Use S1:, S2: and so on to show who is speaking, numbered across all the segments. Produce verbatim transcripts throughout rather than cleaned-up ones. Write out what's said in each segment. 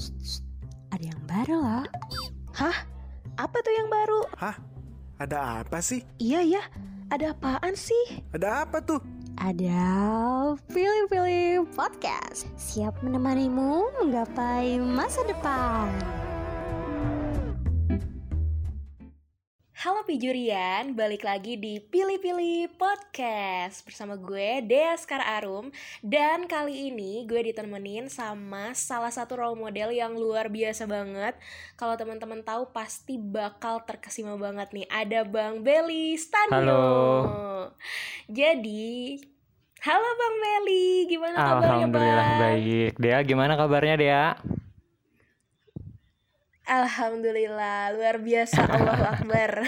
S1: Ada yang baru loh.
S2: Hah? Apa tuh yang baru?
S3: Hah? Ada apa sih?
S2: Iya ya, ada apaan sih?
S3: Ada apa tuh?
S1: Ada Pilih-Pilih Podcast, siap menemanimu menggapai masa depan.
S2: Halo Pijurian, balik lagi di Pilih-Pilih Podcast bersama gue Dea Skar Arum. Dan kali ini gue ditemenin sama salah satu role model yang luar biasa banget. Kalau teman-teman tahu pasti bakal terkesima banget nih. Ada Bang Belly Stanio.
S4: Halo.
S2: Jadi, halo Bang Belly, gimana kabarnya Bang?
S4: Alhamdulillah baik. Dea, gimana kabarnya Dea?
S2: Alhamdulillah, luar biasa, Allahu Akbar.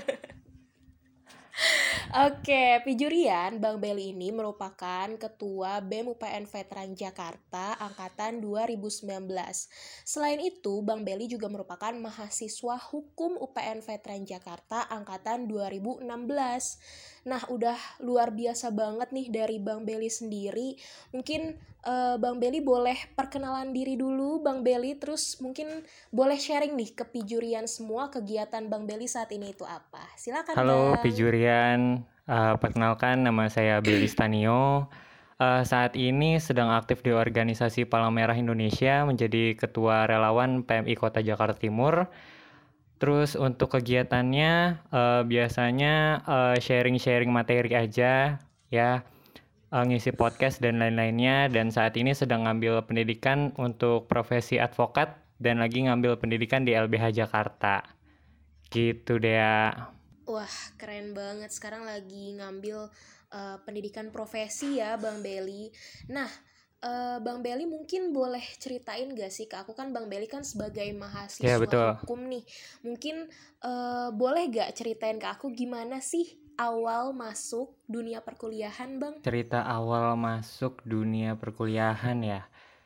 S2: Oke, Pijurian, Bang Belly ini merupakan Ketua B E M U P N Veteran Jakarta Angkatan dua ribu sembilan belas. Selain itu, Bang Belly juga merupakan mahasiswa Hukum U P N Veteran Jakarta Angkatan dua ribu enam belas. Nah, udah luar biasa banget nih dari Bang Belly sendiri. Mungkin uh, Bang Belly boleh perkenalan diri dulu, Bang Belly, terus mungkin boleh sharing nih ke Pijurian semua kegiatan Bang Belly saat ini itu apa. Silakan
S4: Halo
S2: Bang.
S4: Pijurian, uh, perkenalkan nama saya Belly Stanio. Uh, saat ini sedang aktif di organisasi Palang Merah Indonesia menjadi Ketua Relawan P M I Kota Jakarta Timur. Terus untuk kegiatannya uh, biasanya uh, sharing-sharing materi aja ya, uh, ngisi podcast dan lain-lainnya. Dan saat ini sedang ngambil pendidikan untuk profesi advokat dan lagi ngambil pendidikan di L B H Jakarta. Gitu deh ya.
S2: Wah, keren banget. Sekarang lagi ngambil uh, pendidikan profesi ya, Bang Belly. Nah, uh, Bang Belly mungkin boleh ceritain gak sih ke aku, kan Bang Belly kan sebagai mahasiswa
S4: Ya, betul.
S2: hukum nih. Mungkin uh, boleh gak ceritain ke aku gimana sih awal masuk dunia perkuliahan, Bang?
S4: Cerita awal masuk dunia perkuliahan ya.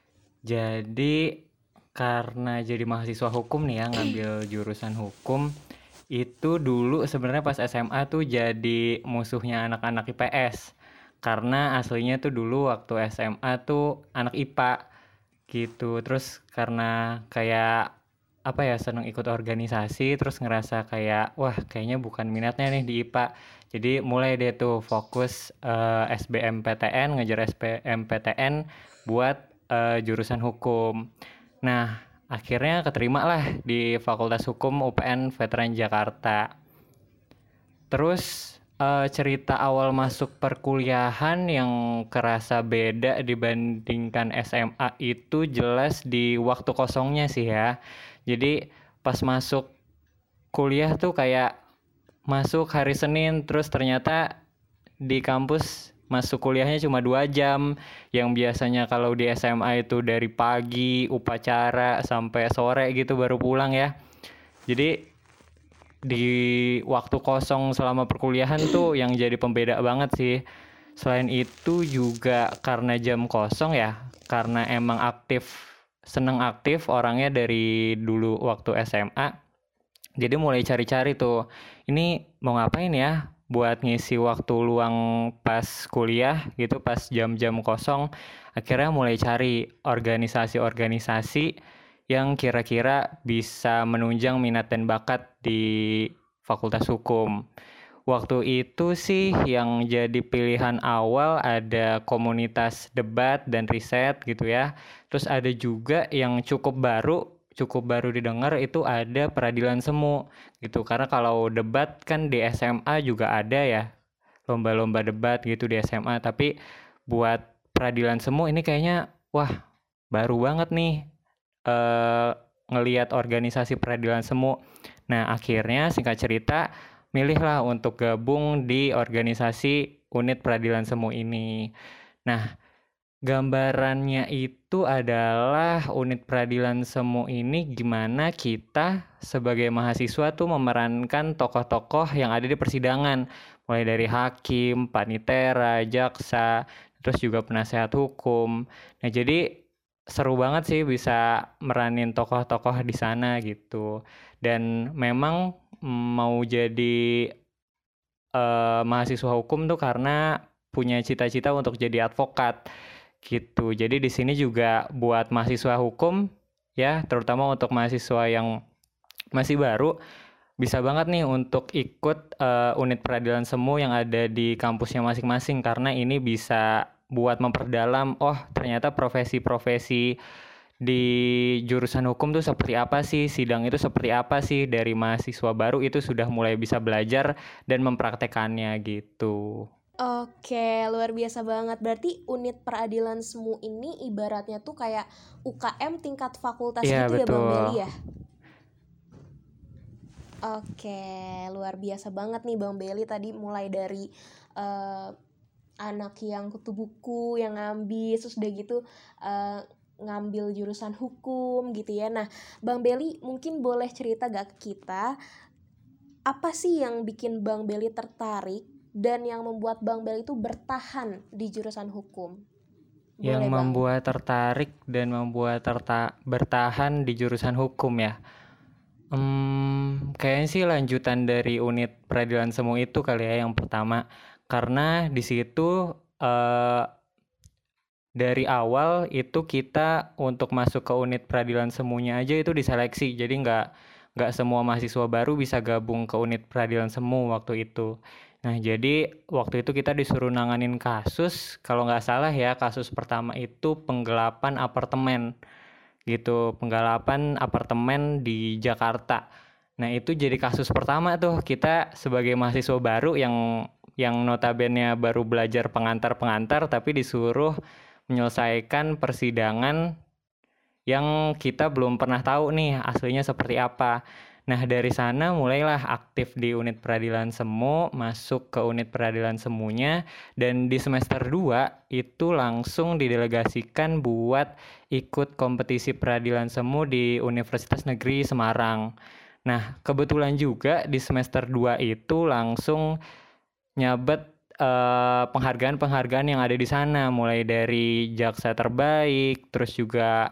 S4: Jadi karena jadi mahasiswa hukum nih ya, ngambil jurusan hukum. Itu dulu sebenarnya pas S M A tuh jadi musuhnya anak-anak I P S. Karena aslinya tuh dulu waktu S M A tuh anak I P A gitu. Terus karena kayak apa ya, seneng ikut organisasi, terus ngerasa kayak wah kayaknya bukan minatnya nih di I P A. Jadi mulai deh tuh fokus uh, S B M P T N, ngejar S B M P T N buat uh, jurusan hukum. Nah, akhirnya keterima lah di Fakultas Hukum U P N Veteran Jakarta. Terus uh, cerita awal masuk perkuliahan yang kerasa beda dibandingkan S M A itu jelas di waktu kosongnya sih ya. Jadi pas masuk kuliah tuh kayak masuk hari Senin, terus ternyata di kampus masuk kuliahnya cuma dua jam, yang biasanya kalau di S M A itu dari pagi, upacara, sampai sore gitu baru pulang ya. Jadi di waktu kosong selama perkuliahan tuh yang jadi pembeda banget sih. Selain itu juga karena jam kosong ya, karena emang aktif, seneng aktif orangnya dari dulu waktu S M A. Jadi mulai cari-cari tuh, ini mau ngapain ya buat ngisi waktu luang pas kuliah gitu, pas jam-jam kosong. Akhirnya mulai cari organisasi-organisasi yang kira-kira bisa menunjang minat dan bakat di Fakultas Hukum. Waktu itu sih yang jadi pilihan awal ada komunitas debat dan riset gitu ya. Terus ada juga yang cukup baru, cukup baru didengar itu ada Peradilan Semu gitu. Karena kalau debat kan di S M A juga ada ya, lomba-lomba debat gitu di S M A. Tapi buat Peradilan Semu ini kayaknya wah baru banget nih eh, ngelihat organisasi Peradilan Semu. Nah akhirnya singkat cerita milihlah untuk gabung di organisasi unit Peradilan Semu ini. Nah, gambarannya itu adalah unit Peradilan Semu ini gimana kita sebagai mahasiswa tuh memerankan tokoh-tokoh yang ada di persidangan. Mulai dari hakim, panitera, jaksa, terus juga penasehat hukum. Nah, jadi seru banget sih bisa meranin tokoh-tokoh di sana gitu. Dan memang mau jadi uh, mahasiswa hukum tuh karena punya cita-cita untuk jadi advokat gitu. Jadi di sini juga buat mahasiswa hukum ya, terutama untuk mahasiswa yang masih baru, bisa banget nih untuk ikut uh, unit peradilan semu yang ada di kampusnya masing-masing, karena ini bisa buat memperdalam, oh ternyata profesi-profesi di jurusan hukum tuh seperti apa sih, sidang itu seperti apa sih. Dari mahasiswa baru itu sudah mulai bisa belajar dan mempraktekannya gitu.
S2: Oke, luar biasa banget. Berarti unit peradilan semu ini ibaratnya tuh kayak U K M tingkat fakultas
S4: Iya,
S2: gitu ya Bang
S4: betul.
S2: Beli ya? Oke, luar biasa banget nih Bang Beli tadi, mulai dari uh, anak yang kutu buku, yang ngambil, terus udah gitu uh, ngambil jurusan hukum gitu ya. Nah, Bang Beli mungkin boleh cerita gak ke kita, apa sih yang bikin Bang Beli tertarik dan yang membuat Bang Beli itu bertahan di jurusan hukum? Boleh,
S4: Yang
S2: Bang?
S4: membuat tertarik dan membuat terta- bertahan di jurusan hukum ya. Hmm, kayaknya sih lanjutan dari unit peradilan semu itu kali ya yang pertama. Karena di situ eh, dari awal itu kita untuk masuk ke unit peradilan semunya aja itu diseleksi. Jadi nggak nggak semua mahasiswa baru bisa gabung ke unit peradilan semu waktu itu. Nah, jadi waktu itu kita disuruh nanganin kasus, kalau nggak salah ya, kasus pertama itu penggelapan apartemen gitu, penggelapan apartemen di Jakarta. Nah, itu jadi kasus pertama tuh kita sebagai mahasiswa baru yang yang notabene baru belajar pengantar-pengantar, tapi disuruh menyelesaikan persidangan yang kita belum pernah tahu nih aslinya seperti apa. Nah, dari sana mulailah aktif di unit peradilan semu, masuk ke unit peradilan semunya, dan di semester dua itu langsung didelegasikan buat ikut kompetisi peradilan semu di Universitas Negeri Semarang. Nah, kebetulan juga di semester dua itu langsung nyabet uh, penghargaan-penghargaan yang ada di sana, mulai dari jaksa terbaik, terus juga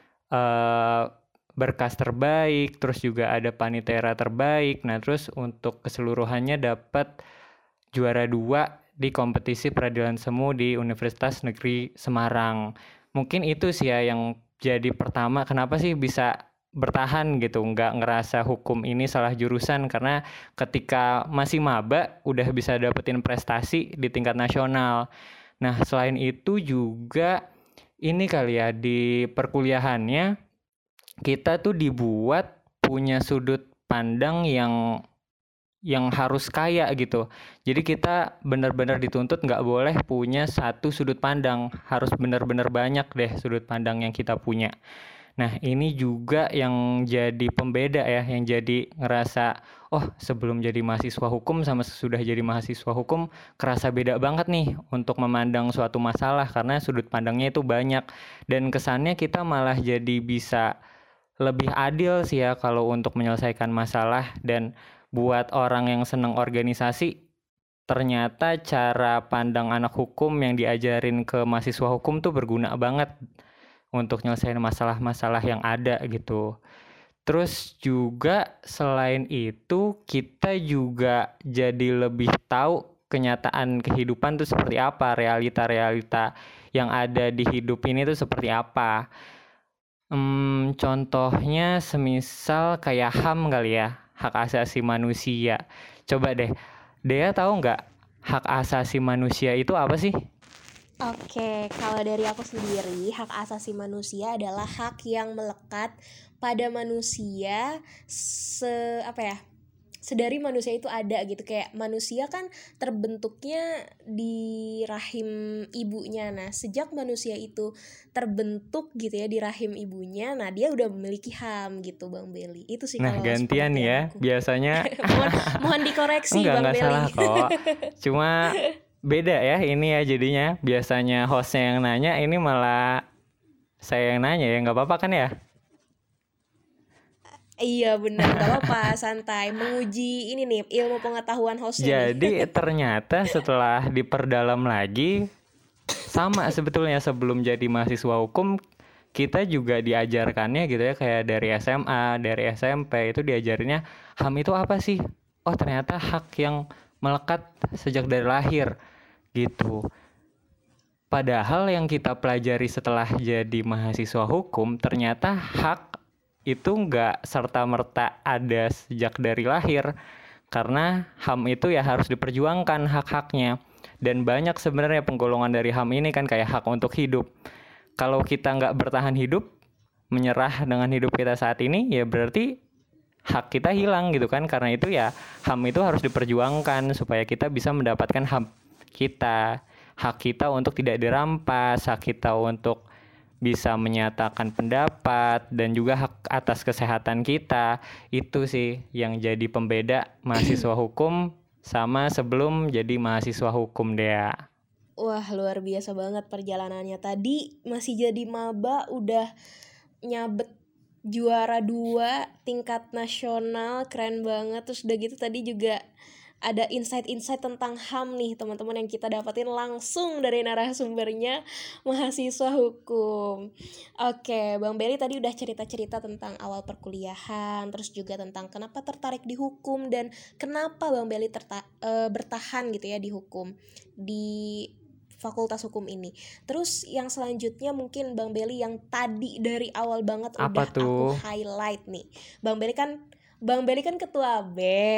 S4: uh, berkas terbaik, terus juga ada panitera terbaik. Nah, terus untuk keseluruhannya dapat juara dua di kompetisi peradilan semu di Universitas Negeri Semarang. Mungkin itu sih ya yang jadi pertama kenapa sih bisa bertahan gitu, nggak ngerasa hukum ini salah jurusan, karena ketika masih maba udah bisa dapetin prestasi di tingkat nasional. Nah, selain itu juga ini kali ya, di perkuliahannya kita tuh dibuat punya sudut pandang yang yang harus kaya gitu. Jadi kita benar-benar dituntut nggak boleh punya satu sudut pandang, harus benar-benar banyak deh sudut pandang yang kita punya. Nah, ini juga yang jadi pembeda ya, yang jadi ngerasa, oh sebelum jadi mahasiswa hukum sama sesudah jadi mahasiswa hukum kerasa beda banget nih untuk memandang suatu masalah, karena sudut pandangnya itu banyak. Dan kesannya kita malah jadi bisa lebih adil sih ya kalau untuk menyelesaikan masalah. Dan buat orang yang senang organisasi, ternyata cara pandang anak hukum yang diajarin ke mahasiswa hukum tuh berguna banget untuk nyelesain masalah-masalah yang ada gitu. Terus juga selain itu kita juga jadi lebih tahu kenyataan kehidupan tuh seperti apa, realita-realita yang ada di hidup ini tuh seperti apa. Hmm, contohnya semisal kayak H A M kali ya, hak asasi manusia. Coba deh, Dea tahu nggak hak asasi manusia itu apa sih?
S2: Oke, kalau dari aku sendiri, hak asasi manusia adalah hak yang melekat pada manusia se apa ya? Sedari manusia itu ada gitu. Kayak manusia kan terbentuknya di rahim ibunya. Nah, sejak manusia itu terbentuk gitu ya di rahim ibunya, nah dia udah memiliki H A M gitu, Bang Beli. Itu sih
S4: Nah,
S2: kalau
S4: gantian
S2: sepengertian
S4: ya.
S2: aku.
S4: Biasanya
S2: mohon, mohon dikoreksi
S4: enggak,
S2: Bang
S4: enggak
S2: Beli.
S4: salah kok. Cuma beda ya ini ya jadinya. Biasanya hostnya yang nanya, ini malah saya yang nanya ya. Nggak apa-apa kan ya?
S2: Iya benar, gak apa-apa, santai. Menguji ini nih, ilmu pengetahuan hostnya
S4: Jadi
S2: nih.
S4: ternyata setelah diperdalam lagi, sama sebetulnya sebelum jadi mahasiswa hukum, kita juga diajarkannya gitu ya, kayak dari S M A, dari S M P itu diajarinnya H A M itu apa sih? Oh ternyata hak yang melekat sejak dari lahir gitu. Padahal yang kita pelajari setelah jadi mahasiswa hukum, ternyata hak itu nggak serta-merta ada sejak dari lahir. Karena H A M itu ya harus diperjuangkan hak-haknya. Dan banyak sebenarnya penggolongan dari H A M ini kan kayak hak untuk hidup. Kalau kita nggak bertahan hidup, menyerah dengan hidup kita saat ini, ya berarti hak kita hilang gitu kan. Karena itu ya H A M itu harus diperjuangkan supaya kita bisa mendapatkan hak kita. Hak kita untuk tidak dirampas, hak kita untuk bisa menyatakan pendapat, dan juga hak atas kesehatan kita. Itu sih yang jadi pembeda mahasiswa hukum sama sebelum jadi mahasiswa hukum, Dea.
S2: Wah, luar biasa banget perjalanannya. Tadi masih jadi maba udah nyabet juara dua tingkat nasional, keren banget. Terus udah gitu tadi juga ada insight-insight tentang H A M nih teman-teman yang kita dapetin langsung dari narasumbernya mahasiswa hukum. Oke, Bang Belly tadi udah cerita-cerita tentang awal perkuliahan, terus juga tentang kenapa tertarik di hukum dan kenapa Bang Belly terta- e, bertahan gitu ya di hukum, di fakultas hukum ini. Terus yang selanjutnya mungkin Bang Belly yang tadi dari awal banget
S4: Apa
S2: udah
S4: tuh?
S2: aku highlight nih. Bang Belly kan Bang Belly kan ketua B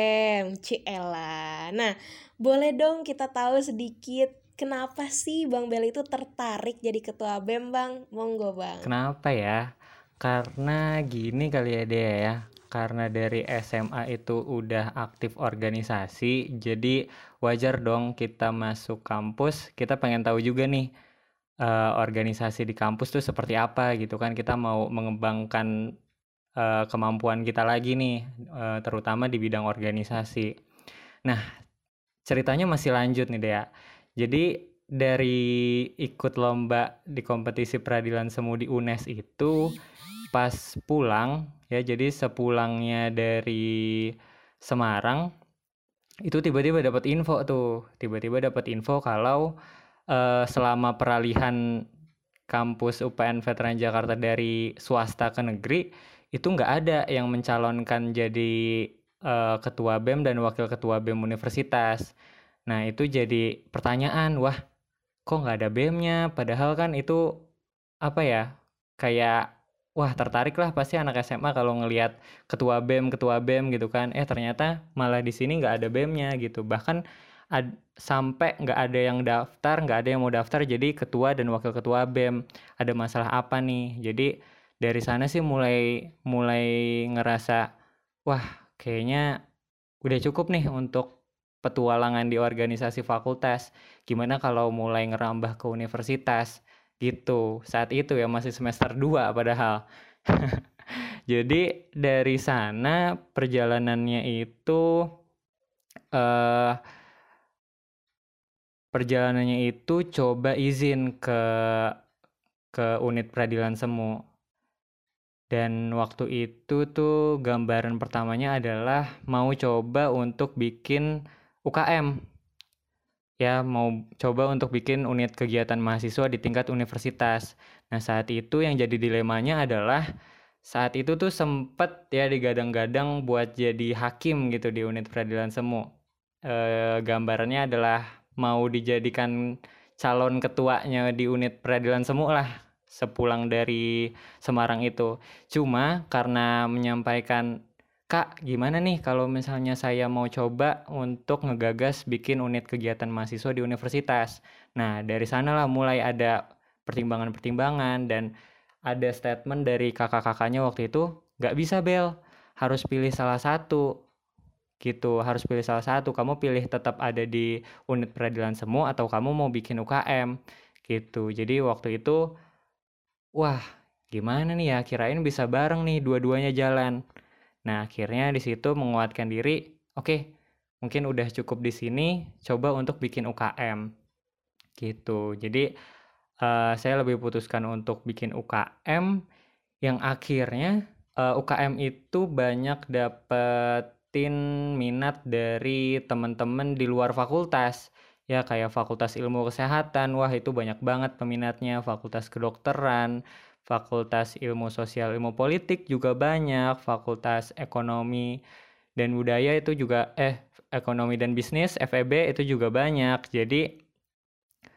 S2: E M, Ciela. Nah, boleh dong kita tahu sedikit kenapa sih Bang Belly itu tertarik jadi ketua B E M, Bang? Monggo, Bang.
S4: Kenapa ya? Karena gini kali ya, Dea ya. Karena dari S M A itu udah aktif organisasi, jadi wajar dong kita masuk kampus, kita pengen tahu juga nih eh, organisasi di kampus tuh seperti apa gitu kan. Kita mau mengembangkan Uh, kemampuan kita lagi nih, uh, terutama di bidang organisasi. Nah, ceritanya masih lanjut nih, Dea. Jadi dari ikut lomba di kompetisi peradilan semu di U N E S itu, pas pulang ya, jadi sepulangnya dari Semarang itu tiba-tiba dapat info tuh, tiba-tiba dapat info kalau uh, selama peralihan kampus U P N Veteran Jakarta dari swasta ke negeri itu nggak ada yang mencalonkan jadi uh, ketua B E M dan wakil ketua B E M universitas. Nah itu jadi pertanyaan, wah kok nggak ada B E M-nya? Padahal kan itu apa ya, kayak wah tertarik lah pasti anak S M A kalau ngelihat ketua B E M ketua B E M gitu kan. Eh ternyata malah di sini nggak ada B E M-nya gitu. Bahkan ad, sampai nggak ada yang daftar, nggak ada yang mau daftar jadi ketua dan wakil ketua B E M. Ada masalah apa nih? Jadi dari sana sih mulai mulai ngerasa wah kayaknya udah cukup nih untuk petualangan di organisasi fakultas. Gimana kalau mulai ngerambah ke universitas gitu. Saat itu ya masih semester dua padahal. Jadi dari sana perjalanannya itu eh perjalanannya itu coba izin ke ke unit peradilan semu. Dan waktu itu tuh gambaran pertamanya adalah mau coba untuk bikin U K M. Ya, mau coba untuk bikin unit kegiatan mahasiswa di tingkat universitas. Nah, saat itu yang jadi dilemanya adalah saat itu tuh sempet ya digadang-gadang buat jadi hakim gitu di unit peradilan semu. E, gambarannya adalah mau dijadikan calon ketuanya di unit peradilan semu lah sepulang dari Semarang itu. Cuma karena menyampaikan, Kak, gimana nih kalau misalnya saya mau coba untuk ngegagas bikin unit kegiatan mahasiswa di universitas. Nah, dari sanalah mulai ada pertimbangan-pertimbangan dan ada statement dari kakak-kakaknya waktu itu, gak bisa Bel, harus pilih salah satu. Gitu, harus pilih salah satu. Kamu pilih tetap ada di unit peradilan semu atau kamu mau bikin U K M. Gitu, jadi waktu itu wah, gimana nih ya? Kirain bisa bareng nih dua-duanya jalan. Nah, akhirnya di situ menguatkan diri. Oke, mungkin udah cukup di sini. Coba untuk bikin U K M. Gitu. Jadi uh, saya lebih putuskan untuk bikin U K M. Yang akhirnya uh, U K M itu banyak dapetin minat dari teman-teman di luar fakultas. Ya kayak Fakultas Ilmu Kesehatan, wah itu banyak banget peminatnya. Fakultas Kedokteran, Fakultas Ilmu Sosial Ilmu Politik juga banyak. Fakultas Ekonomi dan Budaya itu juga, eh Ekonomi dan Bisnis, F E B itu juga banyak. Jadi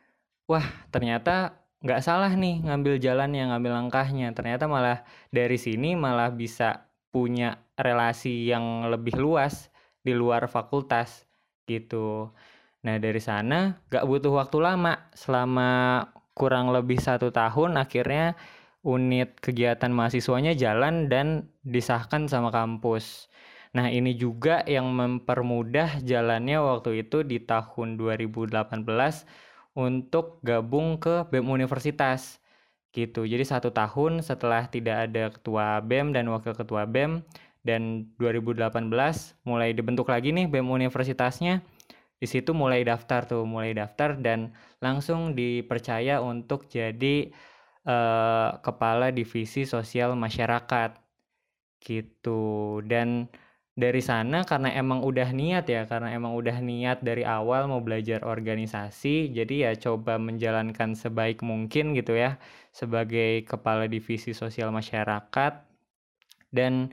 S4: wah ternyata nggak salah nih ngambil jalannya, ngambil langkahnya. Ternyata malah dari sini malah bisa punya relasi yang lebih luas di luar fakultas gitu. Nah dari sana nggak butuh waktu lama, selama kurang lebih satu tahun akhirnya unit kegiatan mahasiswanya jalan dan disahkan sama kampus. Nah ini juga yang mempermudah jalannya waktu itu di tahun dua ribu delapan belas untuk gabung ke B E M Universitas gitu. Jadi satu tahun setelah tidak ada ketua B E M dan wakil ketua B E M, dan dua ribu delapan belas mulai dibentuk lagi nih B E M Universitasnya. Di situ mulai daftar tuh, mulai daftar dan langsung dipercaya untuk jadi eh, kepala divisi sosial masyarakat gitu. Dan dari sana karena emang udah niat ya, karena emang udah niat dari awal mau belajar organisasi, jadi ya coba menjalankan sebaik mungkin gitu ya sebagai kepala divisi sosial masyarakat. Dan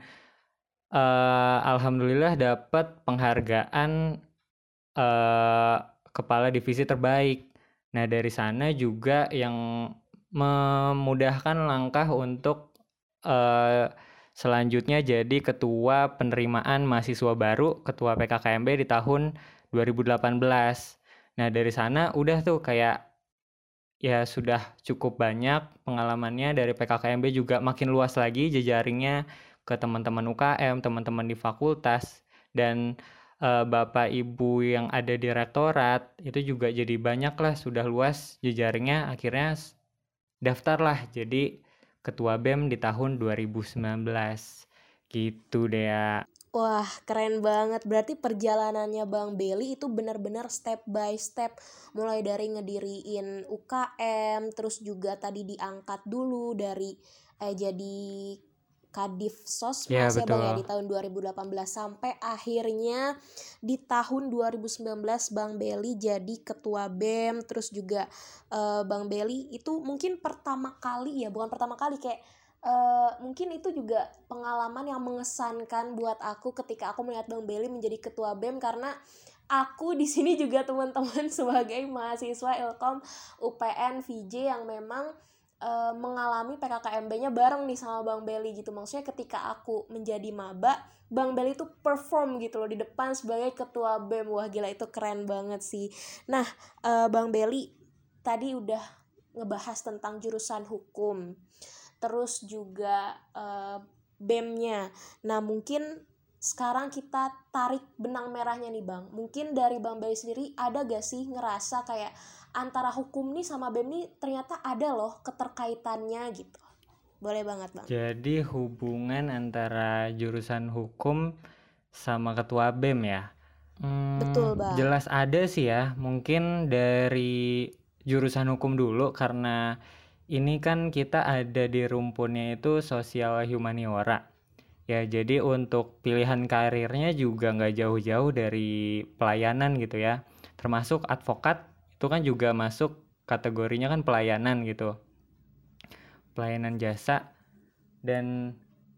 S4: uh, alhamdulillah dapat penghargaan uh, kepala divisi terbaik. Nah dari sana juga yang memudahkan langkah untuk uh, selanjutnya jadi ketua penerimaan mahasiswa baru, ketua P K K M B di tahun dua ribu delapan belas. Nah dari sana udah tuh kayak ya sudah cukup banyak pengalamannya. Dari P K K M B juga makin luas lagi jejaringnya ke teman-teman U K M, teman-teman di fakultas, dan uh, bapak ibu yang ada di rektorat itu juga jadi banyak lah, sudah luas jejaringnya. Akhirnya daftarlah jadi ketua B E M di tahun dua ribu sembilan belas gitu deh ya.
S2: Wah keren banget, berarti perjalanannya Bang Belly itu benar-benar step by step, mulai dari ngediriin U K M, terus juga tadi diangkat dulu dari eh, jadi Kadif Sosmas
S4: Ya,
S2: ya Bang ya
S4: betul.
S2: di tahun dua ribu delapan belas, sampai akhirnya di tahun dua ribu sembilan belas Bang Belly jadi ketua B E M. Terus juga uh, Bang Belly itu mungkin pertama kali ya, bukan pertama kali kayak uh, mungkin itu juga pengalaman yang mengesankan buat aku ketika aku melihat Bang Belly menjadi ketua B E M, karena aku di sini juga teman-teman sebagai mahasiswa Ilkom U P N V J yang memang Uh, mengalami P K K M B-nya bareng nih sama Bang Belly gitu. Maksudnya ketika aku menjadi maba, Bang Belly tuh perform gitu loh di depan sebagai ketua B E M. Wah gila, itu keren banget sih. Nah uh, Bang Belly tadi udah ngebahas tentang jurusan hukum, terus juga uh, B E M-nya. Nah mungkin sekarang kita tarik benang merahnya nih Bang. Mungkin dari Bang Belly sendiri ada gak sih ngerasa kayak antara hukum nih sama B E M nih ternyata ada loh keterkaitannya gitu? Boleh banget Bang.
S4: Jadi hubungan antara jurusan hukum sama ketua B E M ya? Hmm,
S2: Betul Bang.
S4: Jelas ada sih ya. Mungkin dari jurusan hukum dulu, karena ini kan kita ada di rumpunnya itu sosial humaniora. Ya jadi untuk pilihan karirnya juga nggak jauh-jauh dari pelayanan gitu ya. Termasuk advokat itu kan juga masuk kategorinya kan pelayanan gitu, pelayanan jasa. Dan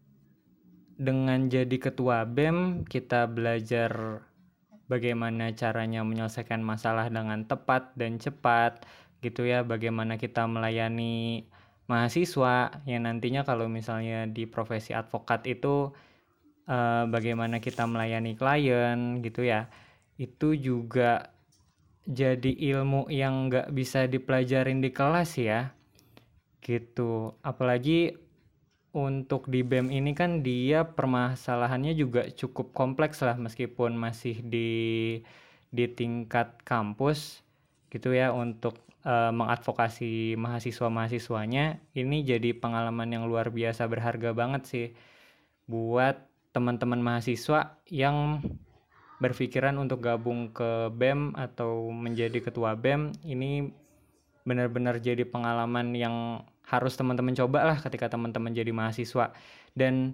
S4: dengan jadi ketua B E M kita belajar bagaimana caranya menyelesaikan masalah dengan tepat dan cepat gitu ya, bagaimana kita melayani mahasiswa yang nantinya kalau misalnya di profesi advokat itu eh, bagaimana kita melayani klien gitu ya. Itu juga jadi ilmu yang nggak bisa dipelajarin di kelas ya gitu. Apalagi untuk di B E M ini kan dia permasalahannya juga cukup kompleks lah, meskipun masih di di tingkat kampus gitu ya. Untuk uh, mengadvokasi mahasiswa-mahasiswanya ini jadi pengalaman yang luar biasa berharga banget sih buat teman-teman mahasiswa yang berpikiran untuk gabung ke B E M atau menjadi ketua B E M. Ini benar-benar jadi pengalaman yang harus teman-teman coba lah ketika teman-teman jadi mahasiswa. Dan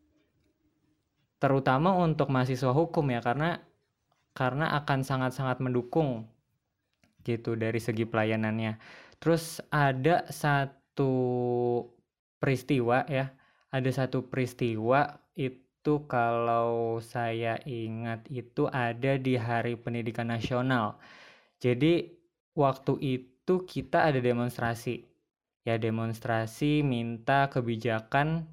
S4: terutama untuk mahasiswa hukum ya, karena karena akan sangat-sangat mendukung gitu dari segi pelayanannya. Terus ada satu peristiwa ya, ada satu peristiwa itu itu kalau saya ingat itu ada di Hari Pendidikan Nasional. Jadi waktu itu kita ada demonstrasi. Ya demonstrasi minta kebijakan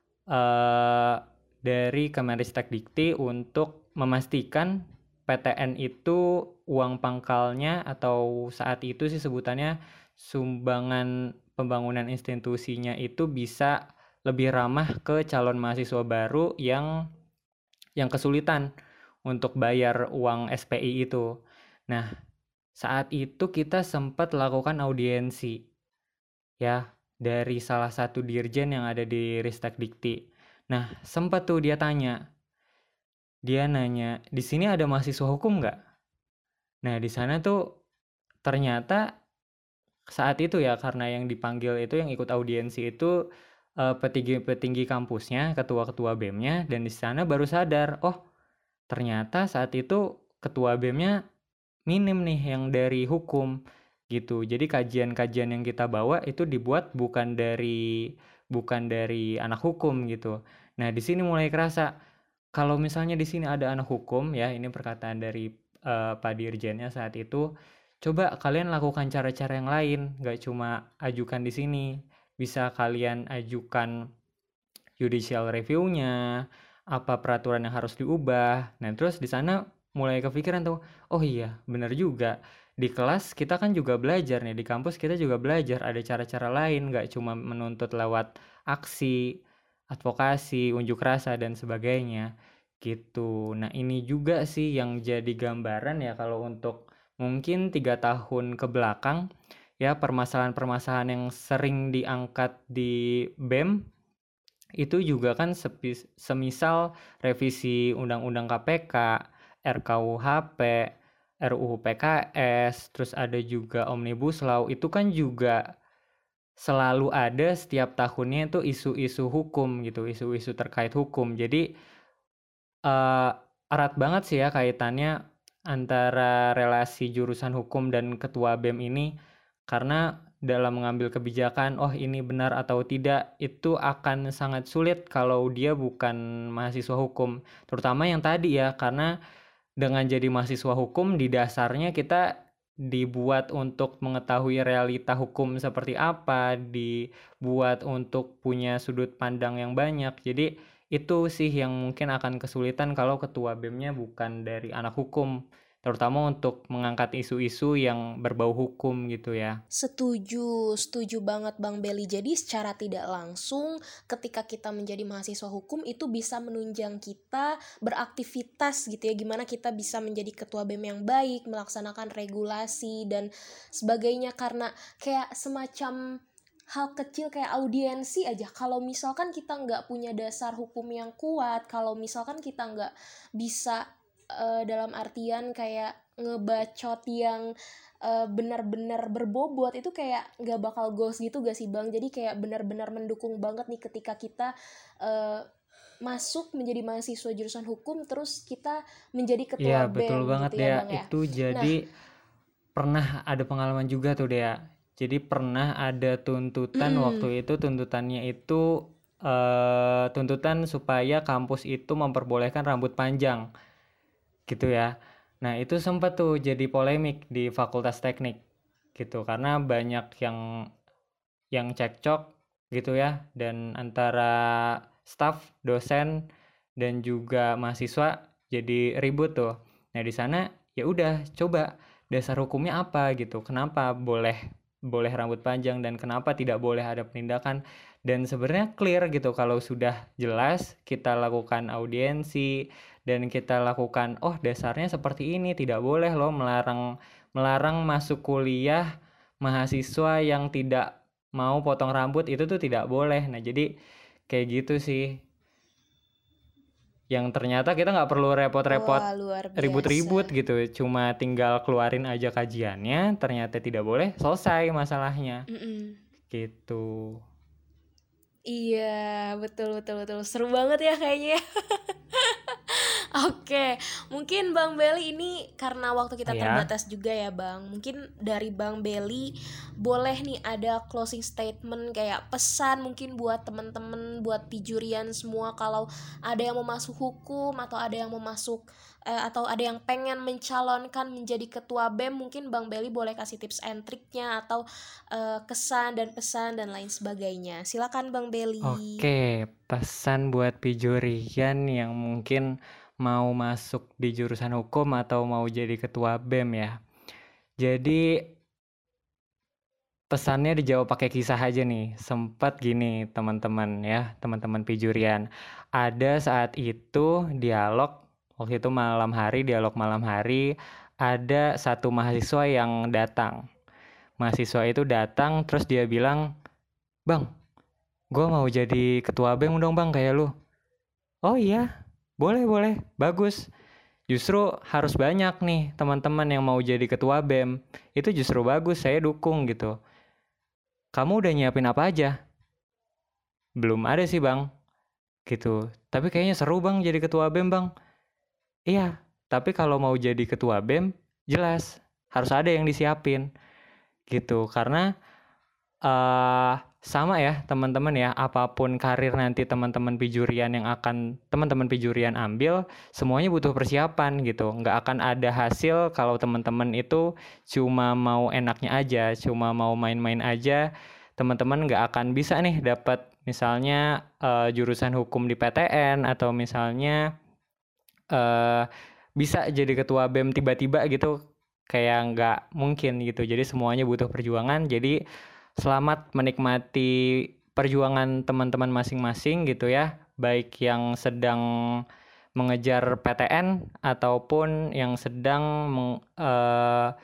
S4: uh, dari Kemenristek-Dikti untuk memastikan P T N itu uang pangkalnya atau saat itu sih sebutannya sumbangan pembangunan institusinya itu bisa lebih ramah ke calon mahasiswa baru yang yang kesulitan untuk bayar uang S P I itu. Nah, saat itu kita sempat lakukan audiensi ya dari salah satu dirjen yang ada di Ristek Dikti. Nah, sempat tuh dia tanya. Dia nanya, "Di sini ada mahasiswa hukum nggak?" Nah, di sana tuh ternyata saat itu ya karena yang dipanggil itu yang ikut audiensi itu uh, petinggi-petinggi kampusnya, ketua-ketua B E M-nya, dan di sana baru sadar, oh ternyata saat itu ketua B E M-nya minim nih yang dari hukum gitu. Jadi kajian-kajian yang kita bawa itu dibuat bukan dari bukan dari anak hukum gitu. Nah, di sini mulai kerasa kalau misalnya di sini ada anak hukum ya, ini perkataan dari uh, Pak Dirjennya saat itu, coba kalian lakukan cara-cara yang lain, nggak cuma ajukan di sini. Bisa kalian ajukan judicial review-nya, apa peraturan yang harus diubah. Nah, terus di sana mulai kepikiran tuh, oh iya, benar juga. Di kelas kita kan juga belajar nih, di kampus kita juga belajar ada cara-cara lain, nggak cuma menuntut lewat aksi, advokasi, unjuk rasa, dan sebagainya gitu. Nah, ini juga sih yang jadi gambaran ya kalau untuk mungkin tiga tahun ke belakang ya permasalahan-permasalahan yang sering diangkat di B E M itu juga kan sepis, semisal revisi Undang-Undang K P K, R K U H P, R U U P K S, terus ada juga Omnibus Law, itu kan juga selalu ada setiap tahunnya itu isu-isu hukum gitu, isu-isu terkait hukum. Jadi uh, erat banget sih ya kaitannya antara relasi jurusan hukum dan ketua B E M ini, karena dalam mengambil kebijakan, oh ini benar atau tidak, itu akan sangat sulit kalau dia bukan mahasiswa hukum. Terutama yang tadi ya, karena dengan jadi mahasiswa hukum di dasarnya kita dibuat untuk mengetahui realita hukum seperti apa, dibuat untuk punya sudut pandang yang banyak. Jadi itu sih yang mungkin akan kesulitan kalau ketua B E M-nya bukan dari anak hukum, terutama untuk mengangkat isu-isu yang berbau hukum gitu ya.
S2: Setuju, setuju banget Bang Belly. Jadi secara tidak langsung ketika kita menjadi mahasiswa hukum itu bisa menunjang kita beraktivitas gitu ya. Gimana kita bisa menjadi ketua B E M yang baik, melaksanakan regulasi dan sebagainya. Karena kayak semacam hal kecil kayak audiensi aja. Kalau misalkan kita nggak punya dasar hukum yang kuat, kalau misalkan kita nggak bisa Uh, dalam artian kayak ngebacot yang uh, benar-benar berbobot, itu kayak gak bakal goals gitu gak sih Bang? Jadi kayak benar-benar mendukung banget nih ketika kita uh, masuk menjadi mahasiswa jurusan hukum terus kita menjadi ketua
S4: Iya,
S2: B E M
S4: betul banget
S2: gitu ya
S4: Dea.
S2: Bang ya.
S4: Itu jadi
S2: Nah,
S4: pernah ada pengalaman juga tuh Dea. Jadi pernah ada tuntutan
S2: mm-mm.
S4: waktu itu, tuntutannya itu uh, tuntutan supaya kampus itu memperbolehkan rambut panjang gitu ya. Nah, itu sempat tuh jadi polemik di Fakultas Teknik gitu karena banyak yang yang cekcok gitu ya, dan antara staf, dosen dan juga mahasiswa jadi ribut tuh. Nah, di sana ya udah coba dasar hukumnya apa gitu. Kenapa boleh boleh rambut panjang dan kenapa tidak boleh ada penindakan, dan sebenarnya clear gitu kalau sudah jelas kita lakukan audiensi dan kita lakukan, oh dasarnya seperti ini, tidak boleh loh melarang melarang masuk kuliah mahasiswa yang tidak mau potong rambut, itu tuh tidak boleh. Nah, jadi kayak gitu sih, yang ternyata kita nggak perlu repot-repot
S2: Wah, luar biasa.
S4: ribut-ribut gitu, cuma tinggal keluarin aja kajiannya, ternyata tidak boleh, selesai masalahnya.
S2: Mm-mm.
S4: Gitu.
S2: Iya, betul betul betul. Seru banget ya kayaknya. Oke, mungkin Bang Beli ini karena waktu kita
S4: Ya.
S2: terbatas juga ya Bang. Mungkin dari Bang Beli boleh nih ada closing statement kayak pesan mungkin buat temen-temen, buat Pijurian semua kalau ada yang mau masuk hukum atau ada yang mau masuk eh, atau ada yang pengen mencalonkan menjadi ketua B E M, mungkin Bang Beli boleh kasih tips and triknya atau eh, kesan dan pesan dan lain sebagainya. Silakan Bang Beli.
S4: Oke, pesan buat Pijurian yang mungkin mau masuk di jurusan hukum atau mau jadi ketua B E M ya. Jadi pesannya dijawab pakai kisah aja nih. Sempat gini teman-teman ya, teman-teman Pijurian. Ada saat itu dialog, waktu itu malam hari, dialog malam hari, ada satu mahasiswa yang datang. Mahasiswa itu datang terus dia bilang, "Bang, gue mau jadi ketua B E M dong bang kayak lu." "Oh iya, boleh boleh, bagus. Justru harus banyak nih teman-teman yang mau jadi ketua B E M. Itu justru bagus, saya dukung gitu. Kamu udah nyiapin apa aja?" "Belum ada sih bang." Gitu. "Tapi kayaknya seru bang jadi ketua B E M bang." "Iya, tapi kalau mau jadi ketua B E M, jelas harus ada yang disiapin." Gitu. Karena uh, sama ya teman-teman ya, apapun karir nanti teman-teman Pijurian yang akan teman-teman Pijurian ambil, semuanya butuh persiapan gitu. Nggak akan ada hasil kalau teman-teman itu cuma mau enaknya aja, cuma mau main-main aja. Teman-teman nggak akan bisa nih dapat misalnya uh, jurusan hukum di P T N atau misalnya uh, bisa jadi ketua B E M tiba-tiba gitu, kayak nggak mungkin gitu. Jadi semuanya butuh perjuangan. Jadi selamat menikmati perjuangan teman-teman masing-masing gitu ya, baik yang sedang mengejar P T N ataupun yang sedang meng, uh,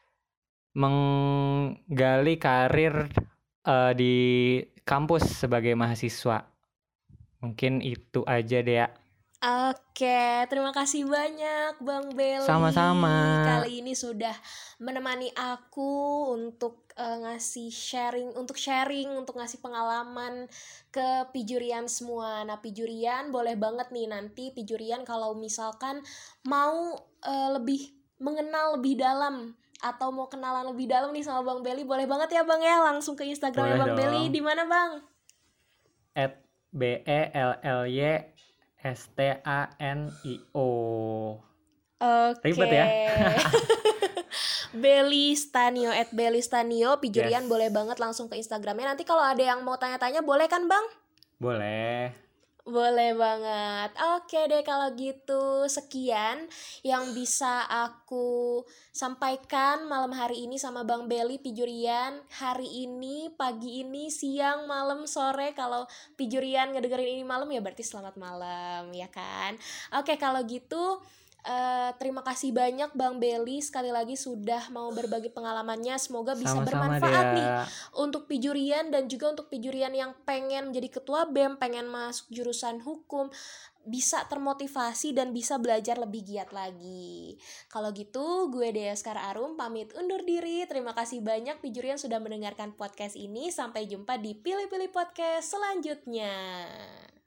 S4: menggali karir uh, di kampus sebagai mahasiswa. Mungkin itu aja deh ya.
S2: Oke, terima kasih banyak Bang Beli.
S4: Sama-sama.
S2: Kali ini sudah menemani aku untuk uh, ngasih sharing, untuk sharing, untuk ngasih pengalaman ke Pijurian semua. Nah, Pijurian boleh banget nih nanti Pijurian kalau misalkan mau uh, lebih mengenal lebih dalam atau mau kenalan lebih dalam nih sama Bang Beli, boleh banget ya Bang ya, langsung ke Instagramnya
S4: Boleh
S2: Bang Beli.
S4: dong.
S2: Di mana Bang?
S4: at b e l l y S T A N I O.
S2: Oke.
S4: Ribet ya.
S2: Beli Stanio at Beli Stanio Pijurian
S4: Yes.
S2: boleh banget langsung ke Instagramnya. Nanti kalau ada yang mau tanya-tanya boleh kan Bang?
S4: Boleh.
S2: Boleh banget. Oke deh kalau gitu, sekian yang bisa aku sampaikan malam hari ini sama Bang Beli Pijurian. Hari ini, pagi ini, siang, malam, sore. Kalau Pijurian ngedengerin ini malam ya berarti selamat malam, ya kan? Oke kalau gitu, Uh, terima kasih banyak Bang Beli sekali lagi sudah mau berbagi pengalamannya. Semoga bisa
S4: Sama-sama
S2: bermanfaat
S4: deh.
S2: nih untuk Pijurian dan juga untuk Pijurian yang pengen menjadi ketua B E M, pengen masuk jurusan hukum, bisa termotivasi dan bisa belajar lebih giat lagi. Kalau gitu, gue Dea Skar Arum pamit undur diri. Terima kasih banyak Pijurian sudah mendengarkan podcast ini. Sampai jumpa di Pilih-Pilih Podcast selanjutnya.